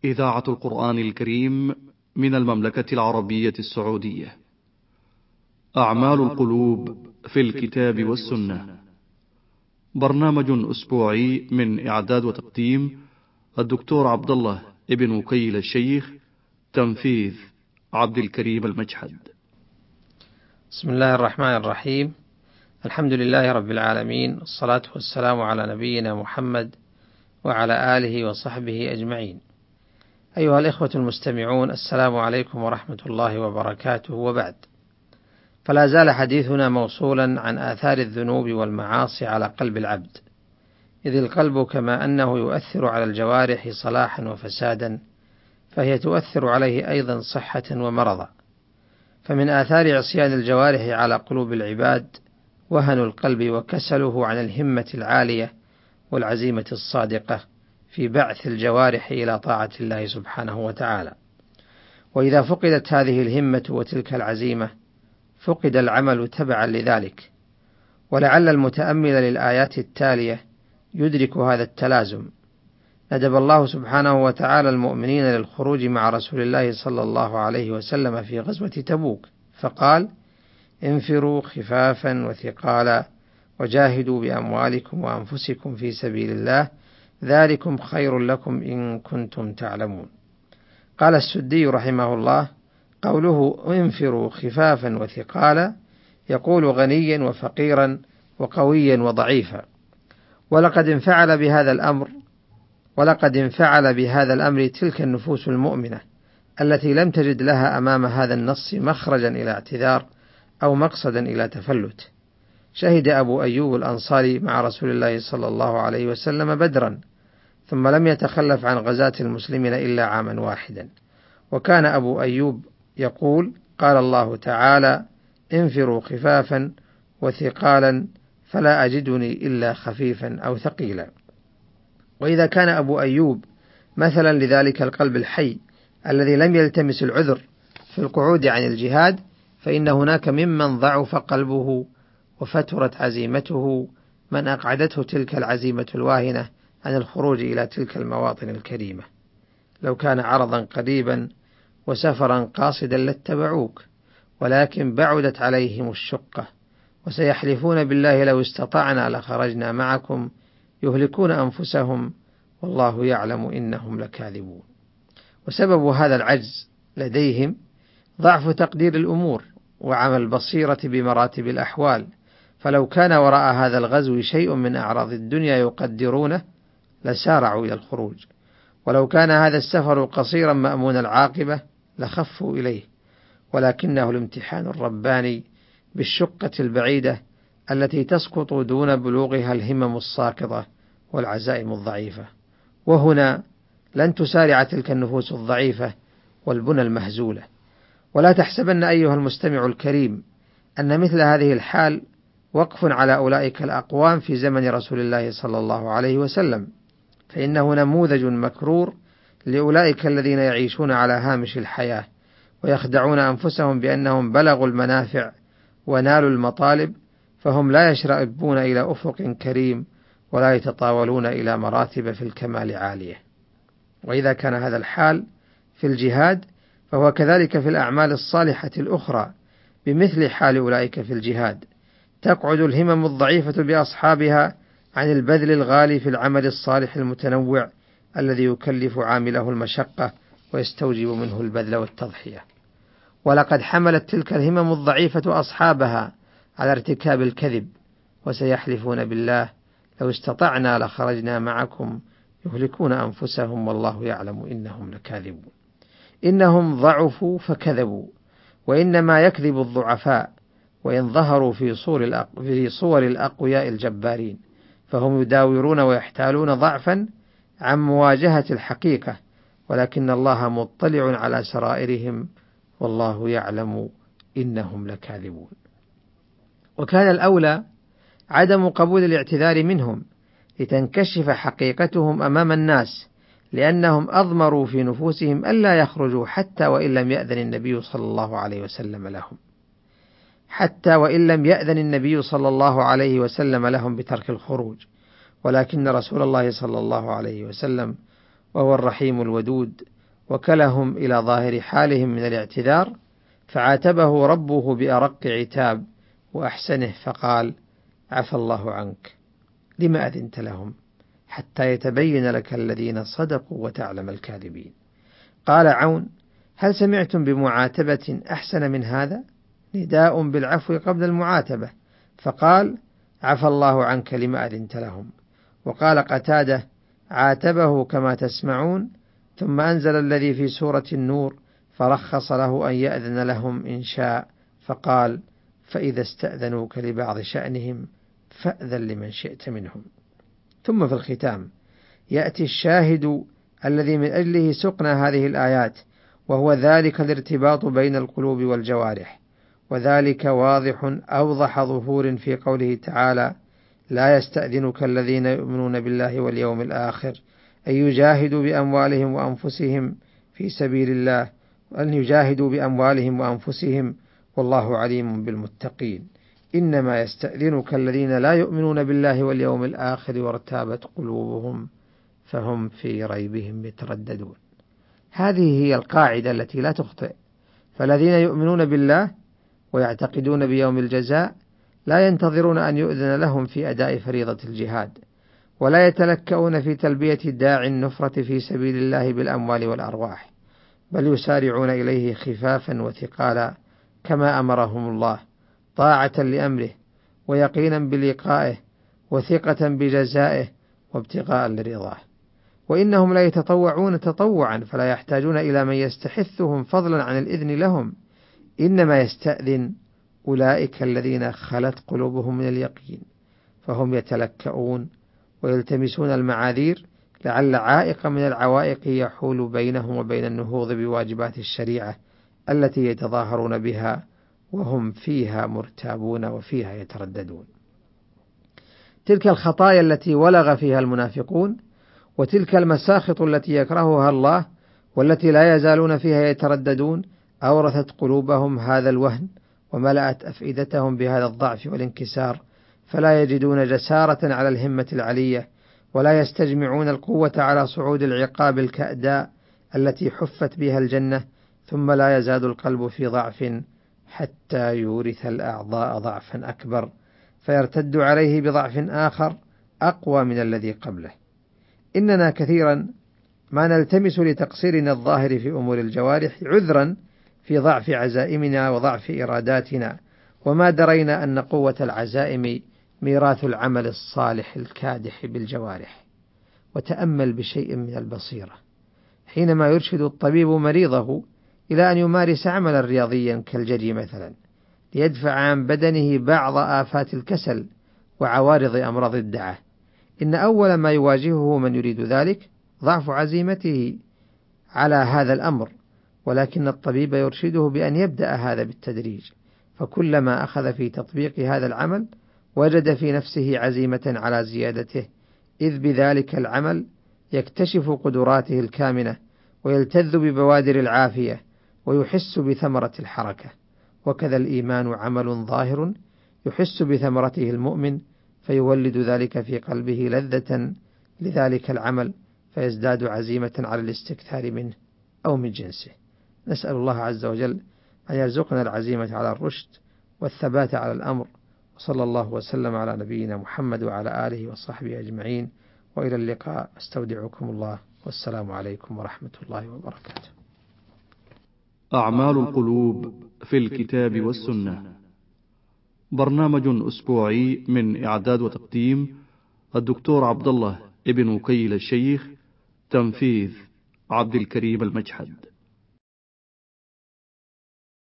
إذاعة القرآن الكريم من المملكة العربية السعودية. أعمال القلوب في الكتاب والسنة، برنامج أسبوعي من إعداد وتقديم الدكتور عبد الله ابن وكيل الشيخ، تنفيذ عبد الكريم المجحد. بسم الله الرحمن الرحيم. الحمد لله رب العالمين، الصلاة والسلام على نبينا محمد وعلى آله وصحبه أجمعين. أيها الإخوة المستمعون، السلام عليكم ورحمة الله وبركاته، وبعد، فلا زال حديثنا موصولا عن آثار الذنوب والمعاصي على قلب العبد، إذ القلب كما أنه يؤثر على الجوارح صلاحا وفسادا، فهي تؤثر عليه أيضا صحة ومرضا. فمن آثار عصيان الجوارح على قلوب العباد وهن القلب وكسله عن الهمة العالية والعزيمة الصادقة في بعث الجوارح إلى طاعة الله سبحانه وتعالى. وإذا فقدت هذه الهمة وتلك العزيمة، فقد العمل تبعا لذلك. ولعل المتأمل للآيات التالية يدرك هذا التلازم. ندب الله سبحانه وتعالى المؤمنين للخروج مع رسول الله صلى الله عليه وسلم في غزوة تبوك، فقال: انفروا خفافا وثقالا وجاهدوا بأموالكم وأنفسكم في سبيل الله، ذلكم خير لكم إن كنتم تعلمون. قال السدي رحمه الله: قوله انفروا خفافا وثقالا يقول غنيا وفقيرا وقويا وضعيفا. ولقد انفعل بهذا الأمر تلك النفوس المؤمنة التي لم تجد لها أمام هذا النص مخرجا إلى اعتذار أو مقصدا إلى تفلت. شهد أبو أيوب الأنصاري مع رسول الله صلى الله عليه وسلم بدرا، ثم لم يتخلف عن غزاة المسلمين إلا عاما واحدا. وكان أبو أيوب يقول: قال الله تعالى: انفروا خفافا وثقالا فلا أجدني إلا خفيفا أو ثقيلا. وإذا كان أبو أيوب مثلا لذلك القلب الحي الذي لم يلتمس العذر في القعود عن الجهاد، فإن هناك ممن ضعف قلبه وفترت عزيمته من أقعدته تلك العزيمة الواهنة عن الخروج إلى تلك المواطن الكريمة. لو كان عرضا قريبا وسفرا قاصدا لاتبعوك، ولكن بعدت عليهم الشقة، وسيحلفون بالله لو استطعنا لخرجنا معكم يهلكون أنفسهم والله يعلم إنهم لكاذبون. وسبب هذا العجز لديهم ضعف تقدير الأمور وعمى البصيرة بمراتب الأحوال. فلو كان وراء هذا الغزو شيء من أعراض الدنيا يقدرونه لسارعوا إلى الخروج، ولو كان هذا السفر قصيرا مأمون العاقبة لخفوا إليه، ولكنه الامتحان الرباني بالشقة البعيدة التي تسقط دون بلوغها الهمم الساقطة والعزائم الضعيفة. وهنا لن تسارع تلك النفوس الضعيفة والبنى المهزولة. ولا تحسبن أيها المستمع الكريم أن مثل هذه الحال وقف على أولئك الأقوام في زمن رسول الله صلى الله عليه وسلم، فإنه نموذج مكرور لأولئك الذين يعيشون على هامش الحياة ويخدعون أنفسهم بأنهم بلغوا المنافع ونالوا المطالب، فهم لا يشرئبون إلى أفق كريم ولا يتطاولون إلى مراتب في الكمال عالية. وإذا كان هذا الحال في الجهاد، فهو كذلك في الأعمال الصالحة الأخرى بمثل حال أولئك في الجهاد. تقعد الهمم الضعيفة بأصحابها عن البذل الغالي في العمل الصالح المتنوع الذي يكلف عامله المشقة ويستوجب منه البذل والتضحية. ولقد حملت تلك الهمم الضعيفة أصحابها على ارتكاب الكذب، وسيحلفون بالله لو استطعنا لخرجنا معكم يهلكون أنفسهم والله يعلم إنهم لكاذبون. إنهم ضعفوا فكذبوا، وإنما يكذب الضعفاء وإن ظهروا في صور الأقوياء الجبارين، فهم يداورون ويحتالون ضعفا عن مواجهة الحقيقة، ولكن الله مطلع على سرائرهم والله يعلم إنهم لكاذبون. وكان الأولى عدم قبول الاعتذار منهم لتنكشف حقيقتهم أمام الناس، لأنهم أضمروا في نفوسهم ألا يخرجوا حتى وإن لم يأذن النبي صلى الله عليه وسلم لهم، بترك الخروج. ولكن رسول الله صلى الله عليه وسلم وهو الرحيم الودود وكلهم إلى ظاهر حالهم من الاعتذار، فعاتبه ربه بأرق عتاب وأحسنه فقال: عفى الله عنك، لم أذنت لهم حتى يتبين لك الذين صدقوا وتعلم الكاذبين. قال عون: هل سمعتم بمعاتبة أحسن من هذا؟ نداء بالعفو قبل المعاتبة، فقال: عفى الله عنك لم أذنت لهم. وقال قتادة: عاتبه كما تسمعون، ثم أنزل الذي في سورة النور فرخص له أن يأذن لهم إن شاء، فقال: فإذا استأذنوك لبعض شأنهم فأذن لمن شئت منهم. ثم في الختام يأتي الشاهد الذي من أجله سقنا هذه الآيات، وهو ذلك الارتباط بين القلوب والجوارح، وذلك واضح أوضح ظهور في قوله تعالى: لا يستأذنك الذين يؤمنون بالله واليوم الآخر أن يجاهدوا بأموالهم وأنفسهم في سبيل الله، وأن يجاهدوا بأموالهم وأنفسهم والله عليم بالمتقين. إنما يستأذنك الذين لا يؤمنون بالله واليوم الآخر وارتابت قلوبهم فهم في ريبهم يترددون. هذه هي القاعدة التي لا تخطئ، فالذين يؤمنون بالله ويعتقدون بيوم الجزاء لا ينتظرون أن يؤذن لهم في أداء فريضة الجهاد، ولا يتلكؤون في تلبية داعي النفرة في سبيل الله بالأموال والأرواح، بل يسارعون إليه خفافا وثقالا كما أمرهم الله، طاعة لأمره ويقينا بلقائه وثقة بجزائه وابتغاء لرضاه. وإنهم لا يتطوعون تطوعا فلا يحتاجون إلى من يستحثهم فضلا عن الإذن لهم، إنما يستأذن أولئك الذين خلت قلوبهم من اليقين، فهم يتلكؤون ويلتمسون المعاذير لعل عائق من العوائق يحول بينهم وبين النهوض بواجبات الشريعة التي يتظاهرون بها وهم فيها مرتابون وفيها يترددون. تلك الخطايا التي ولغ فيها المنافقون، وتلك المساخط التي يكرهها الله والتي لا يزالون فيها يترددون، أورثت قلوبهم هذا الوهن وملأت أفئدتهم بهذا الضعف والانكسار، فلا يجدون جسارة على الهمة العلية، ولا يستجمعون القوة على صعود العقاب الكأداء التي حفت بها الجنة، ثم لا يزال القلب في ضعف حتى يورث الأعضاء ضعفا أكبر، فيرتد عليه بضعف آخر أقوى من الذي قبله. إننا كثيرا ما نلتمس لتقصيرنا الظاهر في أمور الجوارح عذرا في ضعف عزائمنا وضعف إراداتنا، وما درينا أن قوة العزائم ميراث العمل الصالح الكادح بالجوارح. وتأمل بشيء من البصيرة حينما يرشد الطبيب مريضه إلى أن يمارس عملا رياضيا كالجري مثلا، ليدفع عن بدنه بعض آفات الكسل وعوارض أمراض الدعة. إن أول ما يواجهه من يريد ذلك ضعف عزيمته على هذا الأمر، ولكن الطبيب يرشده بأن يبدأ هذا بالتدريج، فكلما أخذ في تطبيق هذا العمل وجد في نفسه عزيمة على زيادته، إذ بذلك العمل يكتشف قدراته الكامنة ويلتذ ببوادر العافية ويحس بثمرة الحركة. وكذا الإيمان عمل ظاهر يحس بثمرته المؤمن، فيولد ذلك في قلبه لذة لذلك العمل، فيزداد عزيمة على الاستكثار منه أو من جنسه. نسأل الله عز وجل أن يرزقنا العزيمة على الرشد والثبات على الأمر، وصلى الله وسلم على نبينا محمد وعلى آله وصحبه أجمعين، وإلى اللقاء، استودعكم الله، والسلام عليكم ورحمة الله وبركاته. أعمال القلوب في الكتاب والسنة، برنامج أسبوعي من إعداد وتقديم الدكتور عبد الله ابن وكيل الشيخ، تنفيذ عبد الكريم المجحد.